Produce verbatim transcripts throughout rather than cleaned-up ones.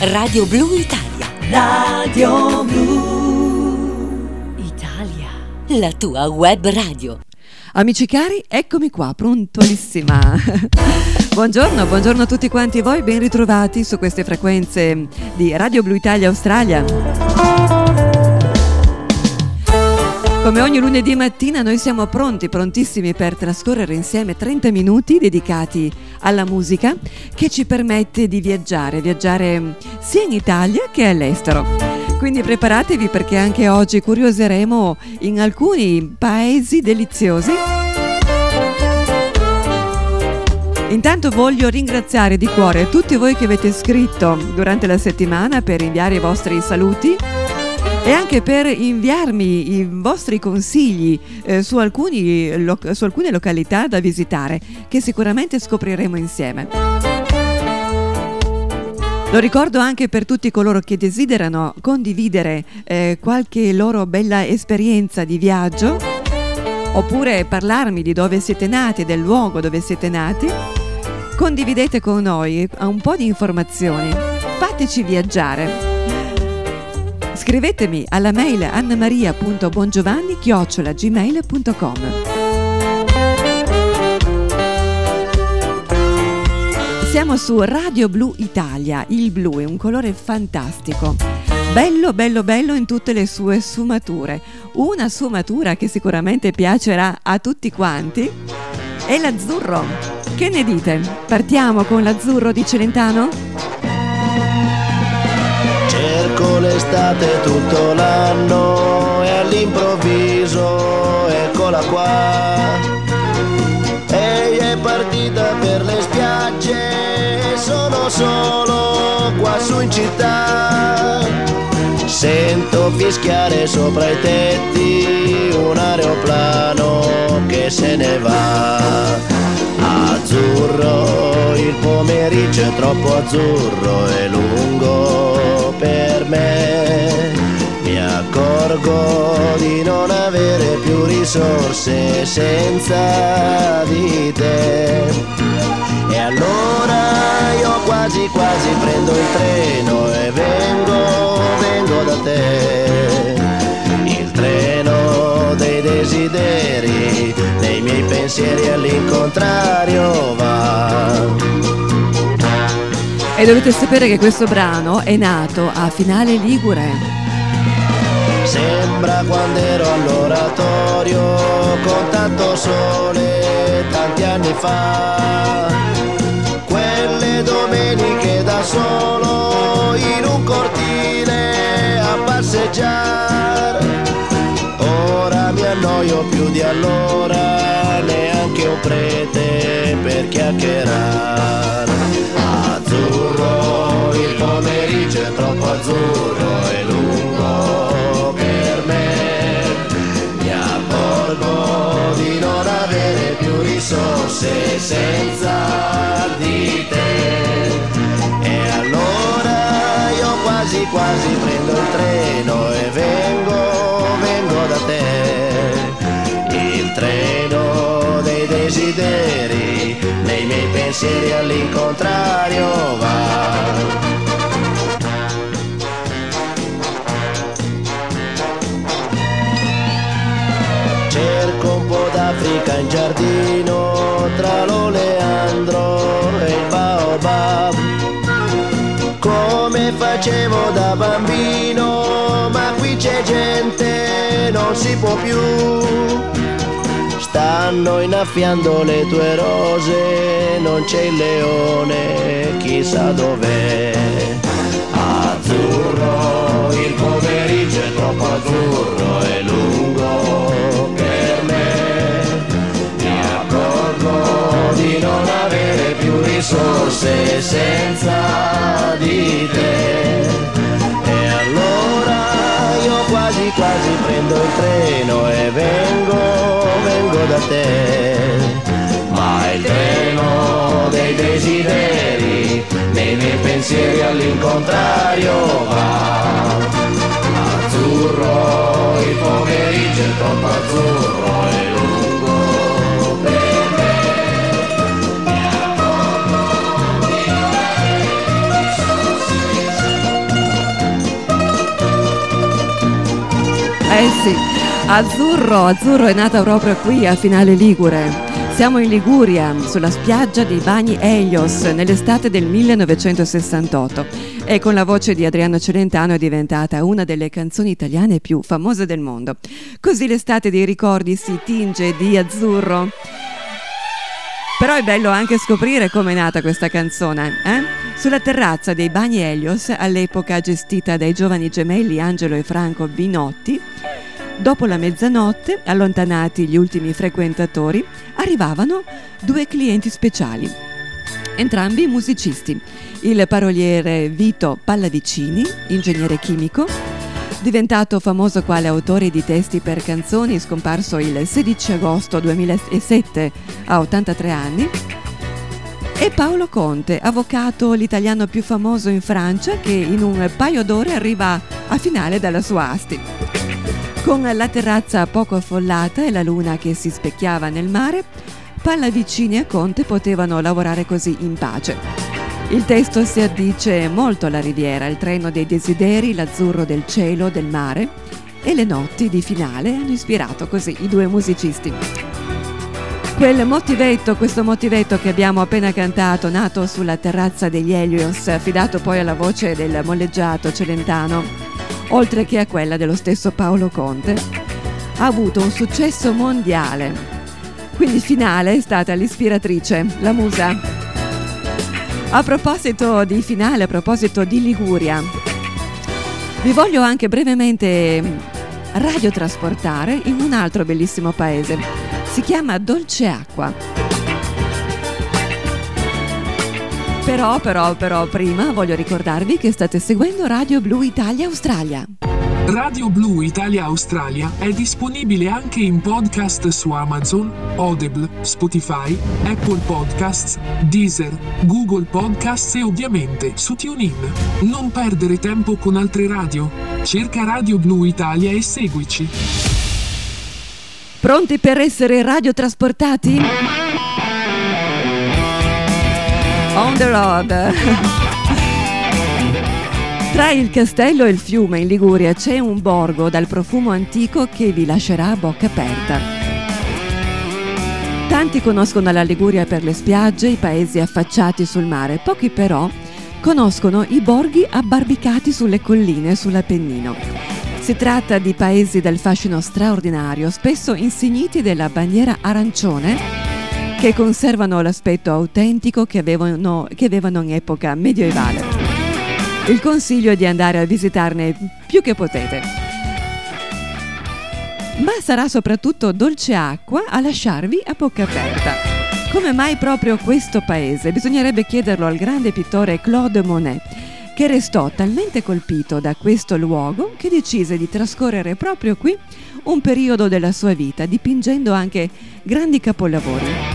Radio Blu Italia. Radio Blu Italia. La tua web radio. Amici cari, eccomi qua, puntualissima. Buongiorno, buongiorno a tutti quanti voi, ben ritrovati su queste frequenze di Radio Blu Italia Australia. Come ogni lunedì mattina noi siamo pronti, prontissimi per trascorrere insieme trenta minuti dedicati alla musica che ci permette di viaggiare, viaggiare sia in Italia che all'estero. Quindi preparatevi perché anche oggi curioseremo in alcuni paesi deliziosi. Intanto voglio ringraziare di cuore tutti voi che avete scritto durante la settimana per inviare i vostri saluti e anche per inviarmi i vostri consigli eh, su, alcuni, lo, su alcune località da visitare che sicuramente scopriremo insieme. Lo ricordo anche per tutti coloro che desiderano condividere eh, qualche loro bella esperienza di viaggio oppure parlarmi di dove siete nati, del luogo dove siete nati. Condividete con noi un po' di informazioni, fateci viaggiare. Scrivetemi alla mail annamaria punto bongiovanni chiocciola gmail punto com. Siamo su Radio Blu Italia. Il blu è un colore fantastico, bello bello bello in tutte le sue sfumature. Una sfumatura che sicuramente piacerà a tutti quanti è l'azzurro. Che ne dite? Partiamo con l'azzurro di Celentano? Cerco l'estate tutto l'anno e all'improvviso eccola qua. Ehi, è partita per le spiagge, sono solo qua su in città. Sento fischiare sopra i tetti un aeroplano che se ne va. Azzurro, il pomeriggio è troppo azzurro e lungo per me. Mi accorgo di non avere più risorse senza di te. E allora io quasi quasi prendo il treno e vengo, vengo da te. Il treno dei desideri, nei miei pensieri all'incontrario va. E dovete sapere che questo brano è nato a Finale Ligure. Sembra quando ero all'oratorio con tanto sole tanti anni fa. Quelle domeniche da solo in un cortile a passeggiare. Ora mi annoio più di allora, neanche un prete per chiacchierare. Azzurro, il pomeriggio è troppo azzurro e lungo per me. Mi accorgo di non avere più risorse senza di te. E allora io quasi quasi prendo il treno e vengo, vengo da te. Il treno dei desideri, nei miei pensieri all'incontrario va. Cerco un po' d'Africa in giardino tra l'oleandro e il baobab, come facevo da bambino, ma qui c'è gente, non si può più. Stanno innaffiando le tue rose, non c'è il leone, chissà dov'è. Azzurro, il pomeriggio è troppo azzurro e lungo per me. Mi accorgo di non avere più risorse senza di te. E allora io quasi quasi prendo il treno e vengo, vengo da te. Ma il treno dei desideri, nei miei pensieri all'incontrario va. Azzurro, il pomeriggio è troppo azzurro e lungo per me. Mi accorgo di non avere risorse Eh sì, Azzurro, Azzurro è nata proprio qui a Finale Ligure. Siamo in Liguria, sulla spiaggia dei Bagni Helios, nell'estate del millenovecentosessantotto, e con la voce di Adriano Celentano è diventata una delle canzoni italiane più famose del mondo. Così l'estate dei ricordi si tinge di azzurro. Però è bello anche scoprire come è nata questa canzone, eh? Sulla terrazza dei Bagni Helios, all'epoca gestita dai giovani gemelli Angelo e Franco Vinotti, dopo la mezzanotte, allontanati gli ultimi frequentatori, arrivavano due clienti speciali, entrambi musicisti. Il paroliere Vito Pallavicini, ingegnere chimico, diventato famoso quale autore di testi per canzoni, scomparso il sedici agosto duemilasette a ottantatré anni, e Paolo Conte, avvocato l'italiano più famoso in Francia, che in un paio d'ore arriva a Finale dalla sua Asti. Con la terrazza poco affollata e la luna che si specchiava nel mare, Pallavicini e Conte potevano lavorare così in pace. Il testo si addice molto alla Riviera, il treno dei desideri, l'azzurro del cielo, del mare, e le notti di Finale hanno ispirato così i due musicisti. Quel motivetto, questo motivetto che abbiamo appena cantato, nato sulla terrazza degli Helios, affidato poi alla voce del molleggiato Celentano, oltre che a quella dello stesso Paolo Conte, ha avuto un successo mondiale. Quindi Finale è stata l'ispiratrice, la musa. A proposito di Finale, a proposito di Liguria, vi voglio anche brevemente radiotrasportare in un altro bellissimo paese. Si chiama Dolceacqua. Però, però, però, prima voglio ricordarvi che state seguendo Radio Blu Italia Australia. Radio Blu Italia Australia è disponibile anche in podcast su Amazon, Audible, Spotify, Apple Podcasts, Deezer, Google Podcasts e ovviamente su TuneIn. Non perdere tempo con altre radio. Cerca Radio Blu Italia e seguici. Pronti per essere radiotrasportati? On the road. Tra il castello e il fiume in Liguria c'è un borgo dal profumo antico che vi lascerà a bocca aperta. Tanti conoscono la Liguria per le spiagge, i paesi affacciati sul mare, pochi però conoscono i borghi abbarbicati sulle colline e sull'Appennino. Si tratta di paesi dal fascino straordinario, spesso insigniti della bandiera arancione, che conservano l'aspetto autentico che avevano, che avevano in epoca medievale. Il consiglio è di andare a visitarne più che potete. Ma sarà soprattutto Dolceacqua a lasciarvi a bocca aperta. Come mai proprio questo paese? Bisognerebbe chiederlo al grande pittore Claude Monet, che restò talmente colpito da questo luogo che decise di trascorrere proprio qui un periodo della sua vita, dipingendo anche grandi capolavori.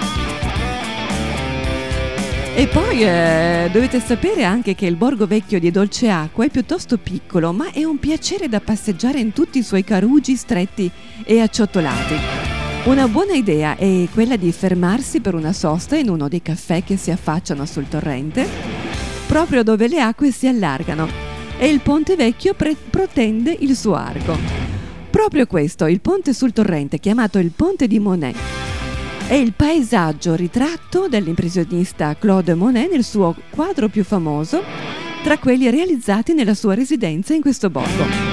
E poi eh, dovete sapere anche che il borgo vecchio di Dolceacqua è piuttosto piccolo, ma è un piacere da passeggiare in tutti i suoi carugi stretti e acciottolati. Una buona idea è quella di fermarsi per una sosta in uno dei caffè che si affacciano sul torrente, proprio dove le acque si allargano, e il ponte vecchio pre- protende il suo arco. Proprio questo, il ponte sul torrente, chiamato il Ponte di Monet, è il paesaggio ritratto dall'impressionista Claude Monet nel suo quadro più famoso, tra quelli realizzati nella sua residenza in questo borgo.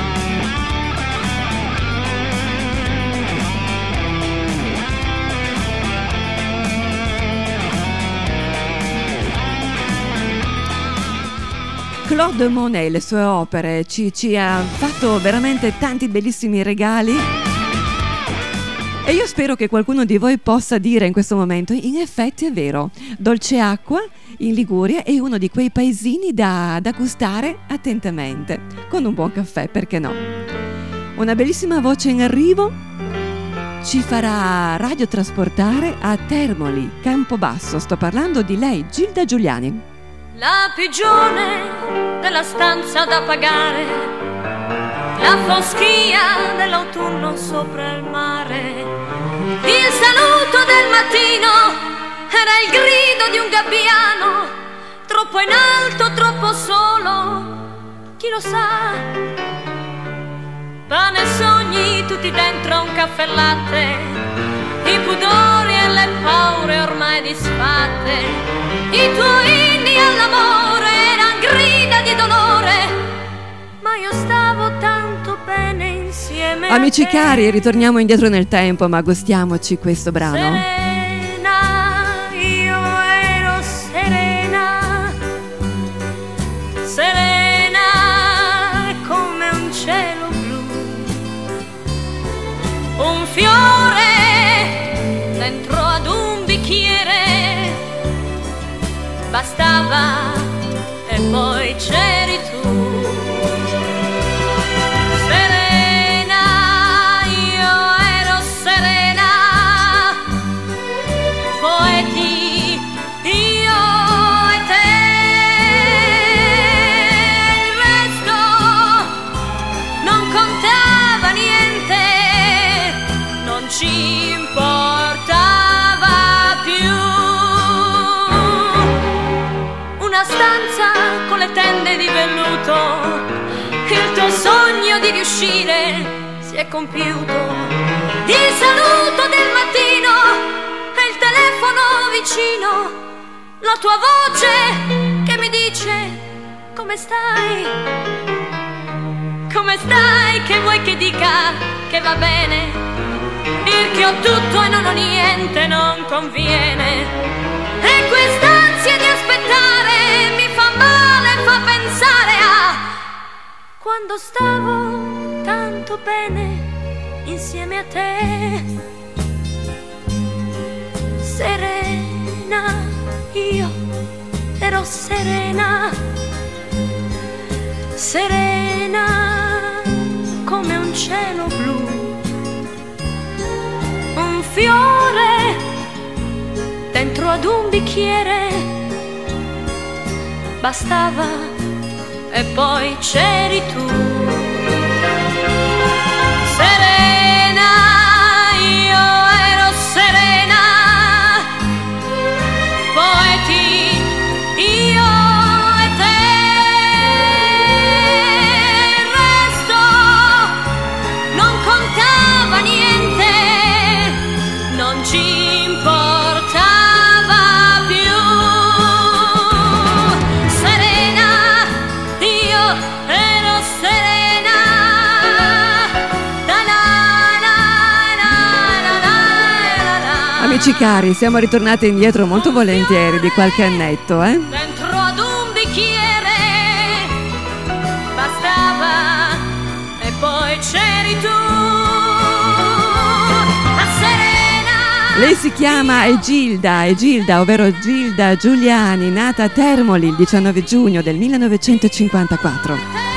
Claude Monet, le sue opere, ci, ci ha fatto veramente tanti bellissimi regali. E io spero che qualcuno di voi possa dire in questo momento: in effetti è vero, Dolceacqua in Liguria è uno di quei paesini da, da gustare attentamente, con un buon caffè, perché no? Una bellissima voce in arrivo ci farà radiotrasportare a Termoli, Campobasso. Sto parlando di lei, Gilda Giuliani. La pigione della stanza da pagare, la foschia dell'autunno sopra il mare, il saluto del mattino era il grido di un gabbiano, troppo in alto, troppo solo, chi lo sa? pane e sogni tutti dentro un caffè latte, i pudori e le paure ormai disfatte, i tuoi inni all'amore eran grida di dolore, ma io stavo tanto bene insieme a te. Amici cari, ritorniamo indietro nel tempo, ma gustiamoci questo brano. Serena, io ero serena, serena come un cielo blu, un fiore dentro ad un bicchiere, bastava e poi c'eri tu. Ci importava più una stanza con le tende di velluto, il tuo sogno di riuscire si è compiuto, il saluto del mattino e il telefono vicino, la tua voce che mi dice come stai, come stai, che vuoi che dica che va bene. Dir che ho tutto e non ho niente non conviene, e quest'ansia di aspettare mi fa male, fa pensare a quando stavo tanto bene insieme a te. Serena, io ero serena, serena come un cielo blu, un fiore dentro ad un bicchiere, bastava e poi c'eri tu. Serena, io ero serena, poeti io e te, il resto non contava niente, non ci importava più. Serena, io ero serena. La la la la la la la. Amici cari, siamo ritornati indietro molto volentieri di qualche annetto, eh? Dentro ad un bicchiere, bastava e poi c'eri tu. Lei si chiama Egilda, Egilda, ovvero Gilda Giuliani, nata a Termoli il diciannove giugno del millenovecentocinquantaquattro.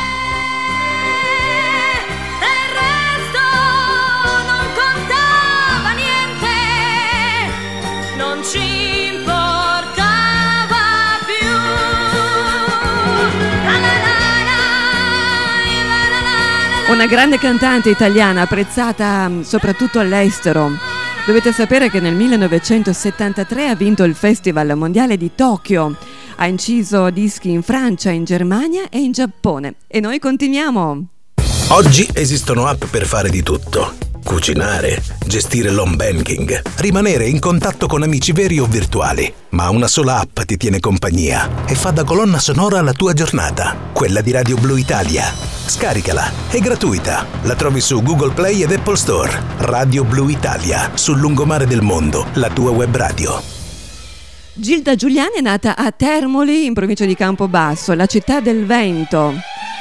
Del resto non contava niente, non ci importava più. La la la la, la la la la. Una grande cantante italiana apprezzata mh, soprattutto all'estero. Dovete sapere che nel millenovecentosettantatré ha vinto il Festival Mondiale di Tokyo, ha inciso dischi in Francia, in Germania e in Giappone. E noi continuiamo! Oggi esistono app per fare di tutto. Cucinare, gestire l'home banking, rimanere in contatto con amici veri o virtuali. Ma una sola app ti tiene compagnia e fa da colonna sonora alla tua giornata. Quella di Radio Blu Italia. Scaricala, è gratuita. La trovi su Google Play ed Apple Store. Radio Blu Italia, sul lungomare del mondo, la tua web radio. Gilda Giuliani è nata a Termoli, in provincia di Campobasso, la città del vento.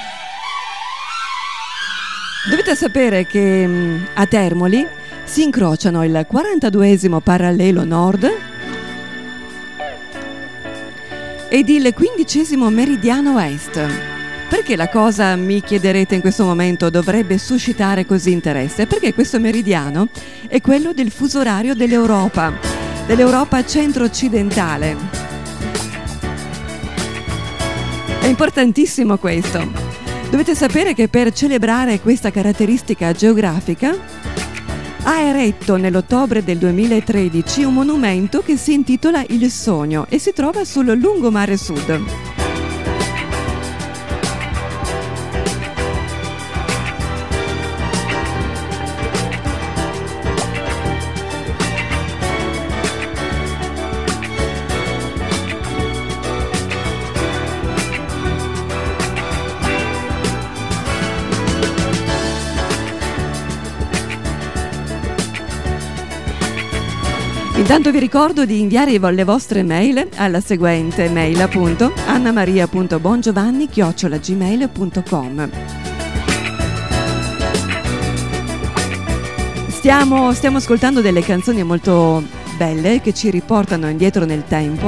Dovete sapere che mh, a Termoli si incrociano il quarantaduesimo parallelo nord ed il quindicesimo meridiano est. Perché la cosa, mi chiederete in questo momento, dovrebbe suscitare così interesse? Perché questo meridiano è quello del fuso orario dell'Europa, dell'Europa centro-occidentale. È importantissimo questo. Dovete sapere che per celebrare questa caratteristica geografica ha eretto nell'ottobre del duemilatredici un monumento che si intitola Il Sogno e si trova sul lungomare sud. Intanto vi ricordo di inviare le vostre mail alla seguente mail, appunto annamaria punto bongiovanni chiocciola gmail punto com. Stiamo, stiamo ascoltando delle canzoni molto belle che ci riportano indietro nel tempo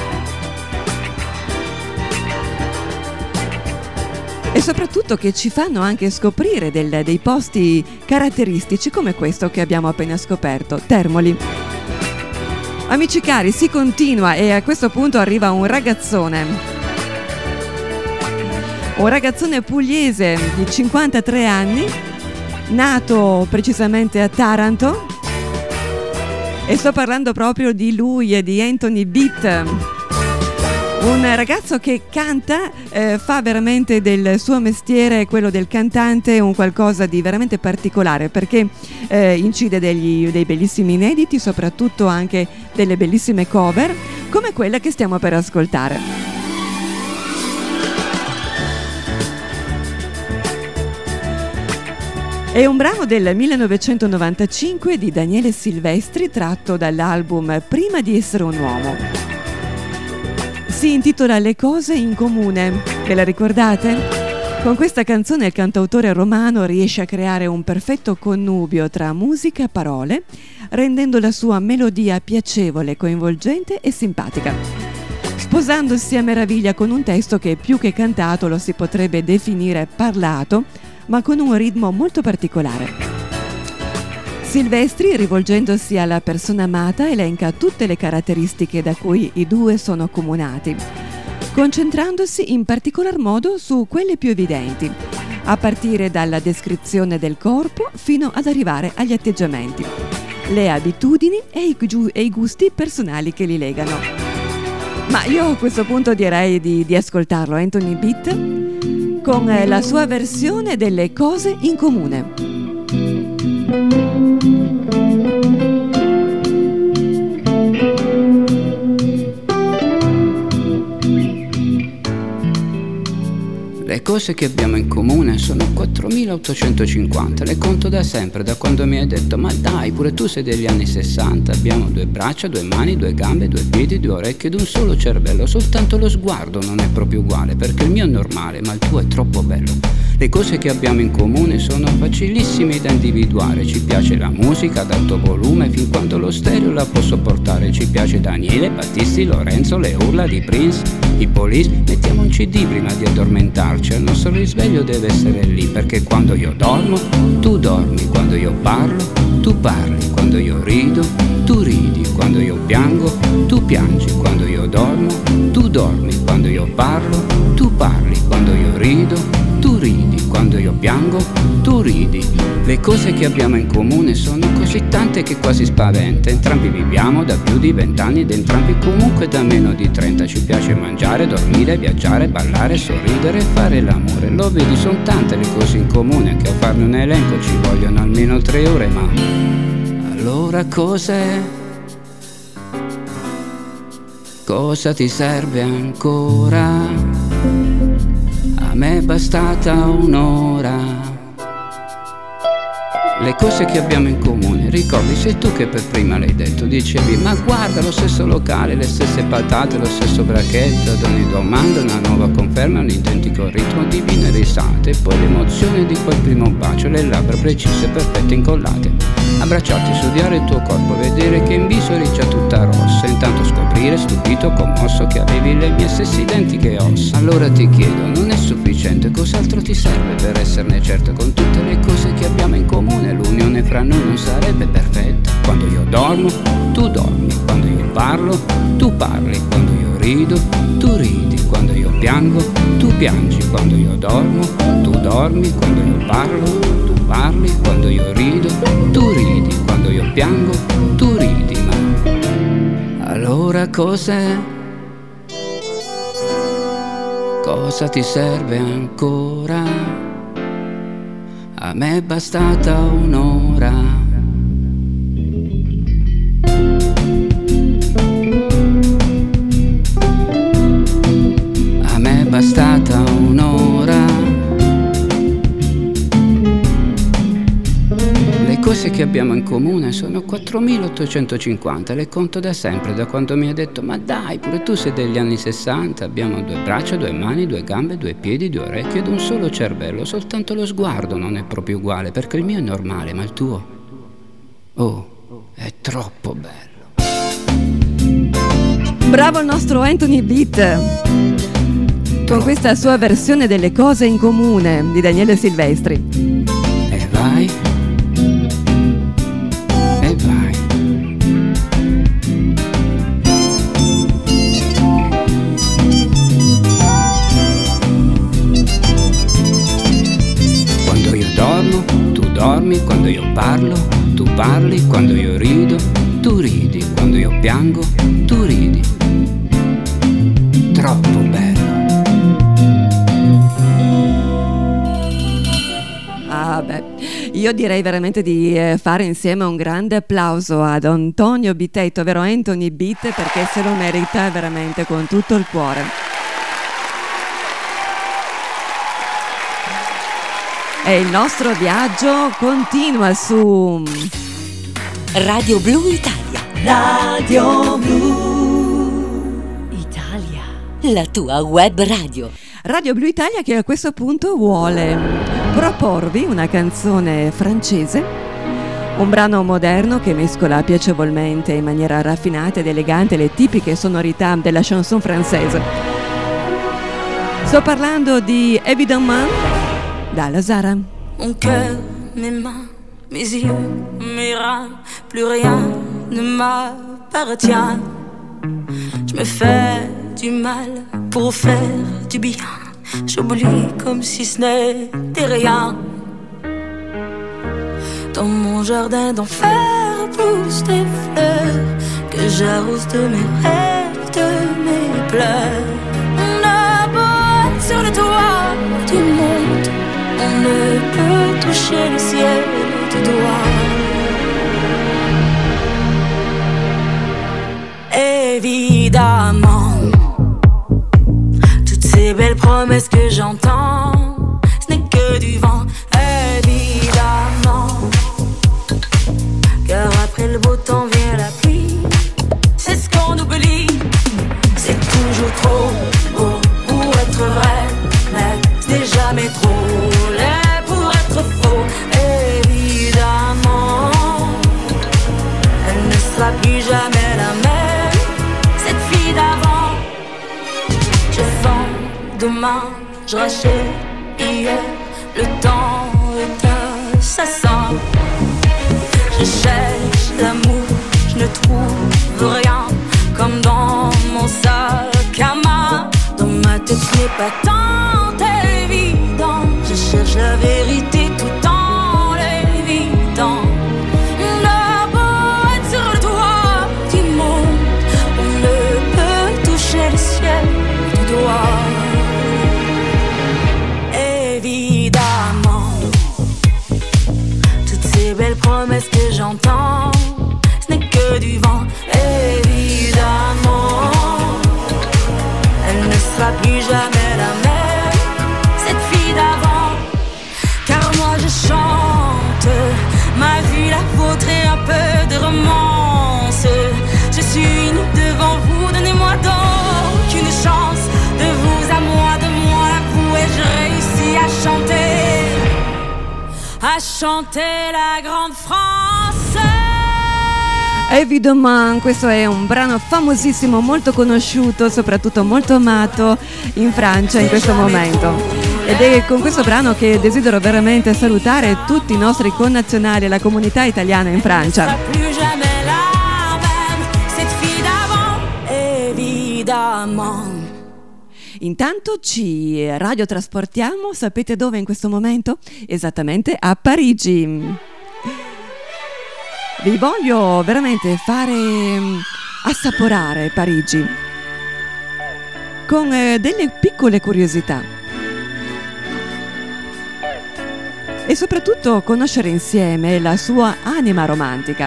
e soprattutto che ci fanno anche scoprire del, dei posti caratteristici come questo che abbiamo appena scoperto, Termoli. Amici cari, si continua e a questo punto arriva un ragazzone, un ragazzone pugliese di cinquantatré anni, nato precisamente a Taranto, e sto parlando proprio di lui e di Anthony Beat, un ragazzo che canta, eh, fa veramente del suo mestiere, quello del cantante, un qualcosa di veramente particolare, perché eh, incide degli, dei bellissimi inediti, soprattutto anche delle bellissime cover come quella che stiamo per ascoltare. È un brano del millenovecentonovantacinque di Daniele Silvestri, tratto dall'album Prima di essere un uomo. Si intitola Le cose in comune, ve la ricordate? Con questa canzone il cantautore romano riesce a creare un perfetto connubio tra musica e parole, rendendo la sua melodia piacevole, coinvolgente e simpatica, sposandosi a meraviglia con un testo che più che cantato lo si potrebbe definire parlato, ma con un ritmo molto particolare. Silvestri, rivolgendosi alla persona amata, elenca tutte le caratteristiche da cui i due sono accomunati, concentrandosi in particolar modo su quelle più evidenti, a partire dalla descrizione del corpo fino ad arrivare agli atteggiamenti, le abitudini e i, giu- e i gusti personali che li legano. Ma io a questo punto direi di, di ascoltarlo, Anthony Beat, con eh, la sua versione delle cose in comune. Le cose che abbiamo in comune sono quattromilaottocentocinquanta, le conto da sempre, da quando mi hai detto ma dai, pure tu sei degli anni sessanta. Abbiamo due braccia, due mani, due gambe, due piedi, due orecchie ed un solo cervello. Soltanto lo sguardo non è proprio uguale, perché il mio è normale ma il tuo è troppo bello. Le cose che abbiamo in comune sono facilissime da individuare. Ci piace la musica ad alto volume fin quando lo stereo la può sopportare. Ci piace Daniele, Battisti, Lorenzo, le urla di Prince, i Police. Mettiamo un cd prima di addormentarci, il nostro risveglio deve essere lì, perché quando io dormo tu dormi, quando io parlo tu parli, quando io rido tu ridi, quando io piango tu piangi, quando io dormo tu dormi, quando io parlo tu parli, quando io rido tu ridi, quando io piango tu ridi. Le cose che abbiamo in comune sono così tante che quasi spaventa. Entrambi viviamo da più di vent'anni ed entrambi comunque da meno di trenta. Ci piace mangiare, dormire, viaggiare, ballare, sorridere e fare l'amore. Lo vedi, sono tante le cose in comune che a farne un elenco ci vogliono almeno tre ore. Ma allora cos'è? Cosa ti serve ancora? A me è bastata un'ora. Le cose che abbiamo in comune, ricordi, sei tu che per prima l'hai detto. Dicevi, ma guarda, lo stesso locale, le stesse patate, lo stesso bracchetto. Ad ogni domanda una nuova conferma, un identico ritmo di vino e risate. E poi l'emozione di quel primo bacio, le labbra precise, perfette, incollate. Abbracciarti, studiare il tuo corpo, vedere che in viso eri già tutta rossa. Intanto scoprire, stupito, commosso, che avevi le mie stesse identiche ossa. Allora ti chiedo, non è sufficiente, cos'altro ti serve per esserne certo? Con tutte le cose che abbiamo in comune, l'unione fra noi non sarebbe perfetta. Quando io dormo, tu dormi, quando io parlo, tu parli, quando io rido, tu ridi, quando io piango, tu piangi, quando io dormo, tu dormi, quando io parlo, tu parli, quando io rido, tu ridi, quando io piango, tu ridi. Ma allora cos'è? Cosa ti serve ancora? A me è bastata un'ora. A me è bastata un'ora. Le cose che che abbiamo in comune sono quattromilaottocentocinquanta, le conto da sempre, da quando mi hai detto ma dai, pure tu sei degli anni sessanta, abbiamo due braccia, due mani, due gambe, due piedi, due orecchie ed un solo cervello, soltanto lo sguardo non è proprio uguale, perché il mio è normale, ma il tuo, oh, è troppo bello. Bravo il nostro Anthony Beat con questa sua versione delle cose in comune di Daniele Silvestri. E vai, e vai. Quando io dormo, tu dormi, quando io parlo, tu parli, quando io rido, tu ridi, quando io piango, tu ridi. Troppo bello. Ah beh, io direi veramente di eh, fare insieme un grande applauso ad Antonio Bitetto, ovvero Anthony Beat, perché se lo merita veramente con tutto il cuore. E il nostro viaggio continua su Radio Blu Italia. Radio Blu Italia, la tua web radio. Radio Blu Italia, che a questo punto vuole proporvi una canzone francese, un brano moderno che mescola piacevolmente in maniera raffinata ed elegante le tipiche sonorità della chanson française. Sto parlando di Évidemment dalla Zara. Mon cœur, mes mains, mes yeux, mes reins, plus rien ne m'appartient. Je me fais du mal pour faire du bien. J'oublie comme si ce n'était rien. Dans mon jardin d'enfer poussent des fleurs que j'arrose de mes rêves, de mes pleurs. On a beau être sur le toit du monde, on ne peut toucher le ciel du doigt. Évidemment, toutes ces belles promesses que j'entends, ce n'est que du vent. Évidemment, car après le beau temps vient la pluie. C'est ce qu'on oublie. C'est toujours trop beau pour être vrai, mais ce n'est jamais trop laid pour être faux. Évidemment, elle ne sera plus jamais la même, cette fille d'avant. Je vends demain, je rachète hier, le temps est assassin. Je cherche l'amour, je ne trouve rien, comme dans mon sac à main. Dans ma tête ce n'est pas tant évident. Je cherche la vérité tout en l'évitant. On a beau être sur le toit du monde, on ne peut toucher le ciel du doigt. Évidemment, toutes ces belles promesses que j'entends, ce n'est que du vent. Évidemment, elle ne sera plus jamais la même, cette fille d'avant. Car moi je chante ma vie, la vôtre et un peu de romance. Je suis nue devant vous, donnez-moi donc une chance. De vous à moi, de moi à vous, et je réussis à chanter, à chanter la grande France. Évidemment, questo è un brano famosissimo, molto conosciuto, soprattutto molto amato in Francia in questo momento. Ed è con questo brano che desidero veramente salutare tutti i nostri connazionali e la comunità italiana in Francia. Intanto ci radiotrasportiamo, sapete dove in questo momento? Esattamente a Parigi. Vi voglio veramente fare assaporare Parigi con delle piccole curiosità e soprattutto conoscere insieme la sua anima romantica.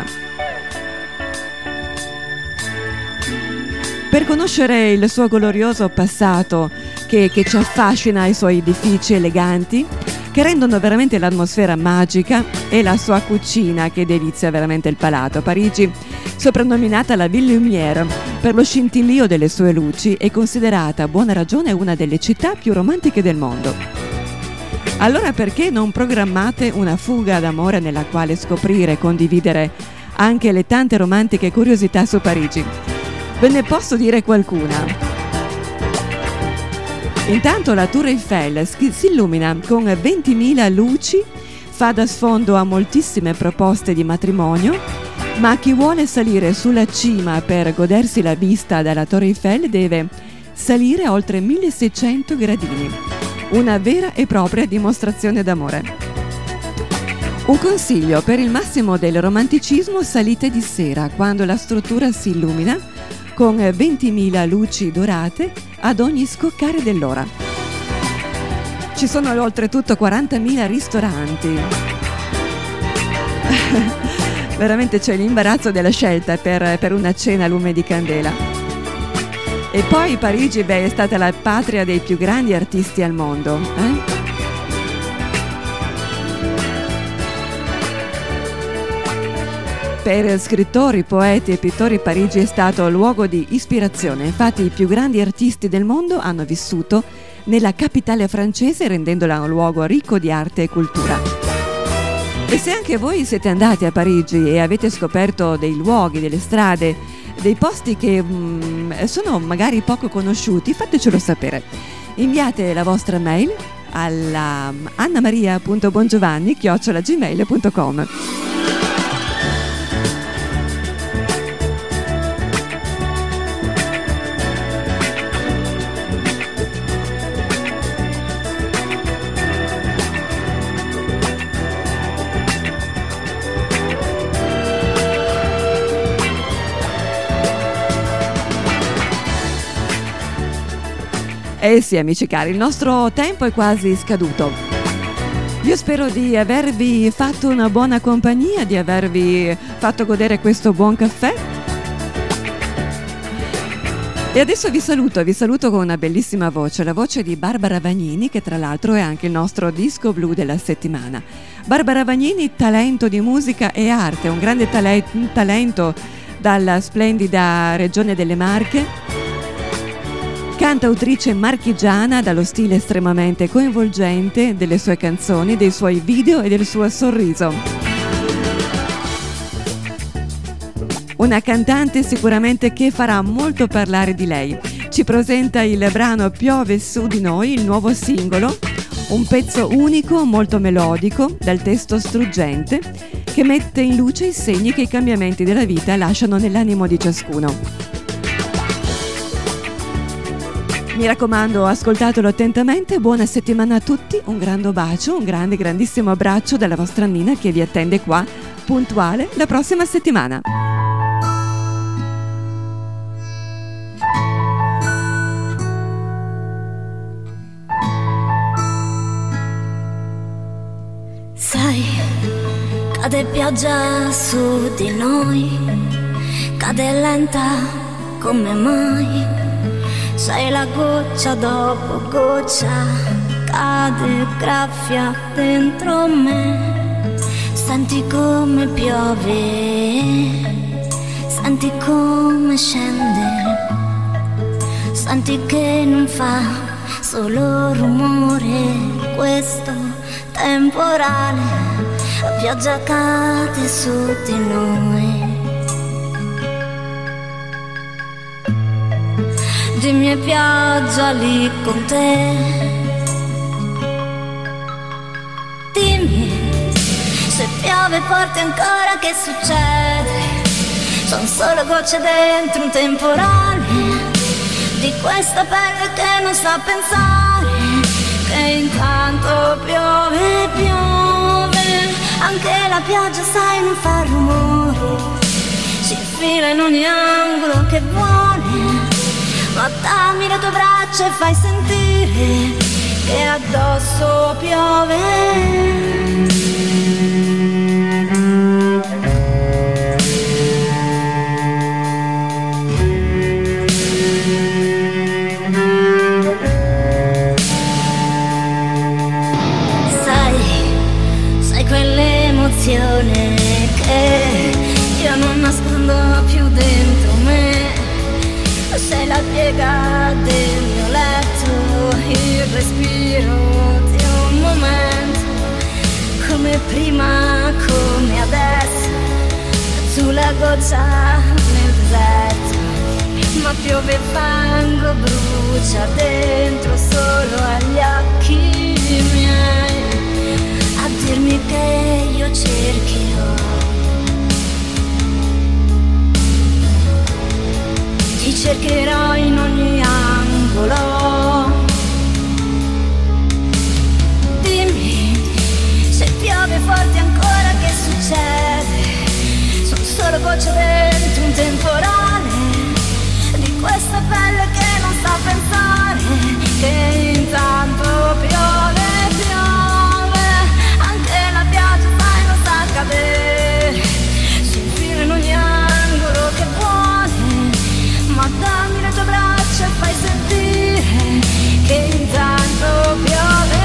Per conoscere il suo glorioso passato che, che ci affascina, i suoi edifici eleganti, che rendono veramente l'atmosfera magica, e la sua cucina che delizia veramente il palato. Parigi, soprannominata la Ville Lumière per lo scintillio delle sue luci, è considerata a buona ragione una delle città più romantiche del mondo. Allora perché non programmate una fuga d'amore nella quale scoprire e condividere anche le tante romantiche curiosità su Parigi? Ve ne posso dire qualcuna. Intanto la Tour Eiffel si illumina con ventimila luci, fa da sfondo a moltissime proposte di matrimonio, ma chi vuole salire sulla cima per godersi la vista dalla Tour Eiffel deve salire a oltre milleseicento gradini. Una vera e propria dimostrazione d'amore. Un consiglio: per il massimo del romanticismo salite di sera, quando la struttura si illumina con ventimila luci dorate ad ogni scoccare dell'ora. Ci sono oltretutto quarantamila ristoranti. Veramente c'è l'imbarazzo della scelta per, per una cena a lume di candela. E poi Parigi, beh, è stata la patria dei più grandi artisti al mondo. Eh? Per scrittori, poeti e pittori Parigi è stato luogo di ispirazione. Infatti i più grandi artisti del mondo hanno vissuto nella capitale francese, rendendola un luogo ricco di arte e cultura. E se anche voi siete andati a Parigi e avete scoperto dei luoghi, delle strade, dei posti che mh, sono magari poco conosciuti, fatecelo sapere. Inviate la vostra mail alla annamaria punto bongiovanni chiocciola gmail punto com. Eh sì, amici cari, il nostro tempo è quasi scaduto. Io spero di avervi fatto una buona compagnia, di avervi fatto godere questo buon caffè. E adesso vi saluto, vi saluto con una bellissima voce, la voce di Barbara Vagnini, che tra l'altro è anche il nostro disco blu della settimana. Barbara Vagnini, talento di musica e arte, un grande tale- talento dalla splendida regione delle Marche. Cantautrice marchigiana dallo stile estremamente coinvolgente delle sue canzoni, dei suoi video e del suo sorriso. Una cantante sicuramente che farà molto parlare di lei. Ci presenta il brano Piove su di noi, il nuovo singolo, un pezzo unico, molto melodico, dal testo struggente, che mette in luce i segni che i cambiamenti della vita lasciano nell'animo di ciascuno. Mi raccomando, ascoltatelo attentamente, buona settimana a tutti, un grande bacio, un grande grandissimo abbraccio dalla vostra Nina che vi attende qua, puntuale, la prossima settimana. Sai, cade pioggia su di noi, cade lenta come mai. Sei la goccia dopo goccia, cade, graffia dentro me. Senti come piove, senti come scende, senti che non fa solo rumore questo temporale. La pioggia cade su di noi. Dimmi, è pioggia lì con te? Dimmi, se piove forte ancora che succede? Sono solo gocce dentro un temporale, di questa pelle che non sa pensare, che intanto piove, piove. Anche la pioggia sai non fa rumore, si infila in ogni angolo che vuole. Ma dammi le tue braccia e fai sentire che addosso piove. Sai, piove fango, brucia dentro solo agli occhi miei, a dirmi che io cercherò ti cercherò in ogni angolo. Dimmi se piove forte ancora, che succede? Sono solo gocce dentro un temporale di questa pelle che non sa pensare, che intanto piove, piove, anche la pioggia sai non sa cadere, si infila in ogni angolo che vuole, ma dammi le tue braccia e fai sentire che intanto piove.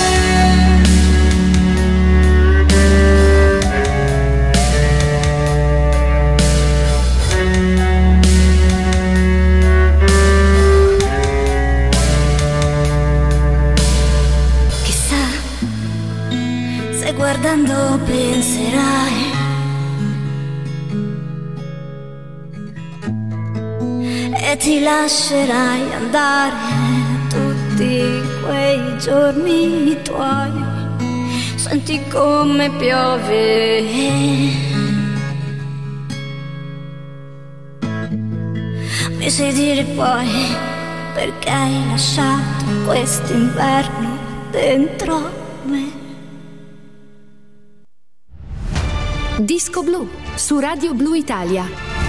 Chissà se guardando penserai e ti lascerai andare tutti quei giorni tuoi. Senti come piove, mi sai dire poi perché hai lasciato quest'inverno dentro me. Disco Blu su Radio Blu Italia.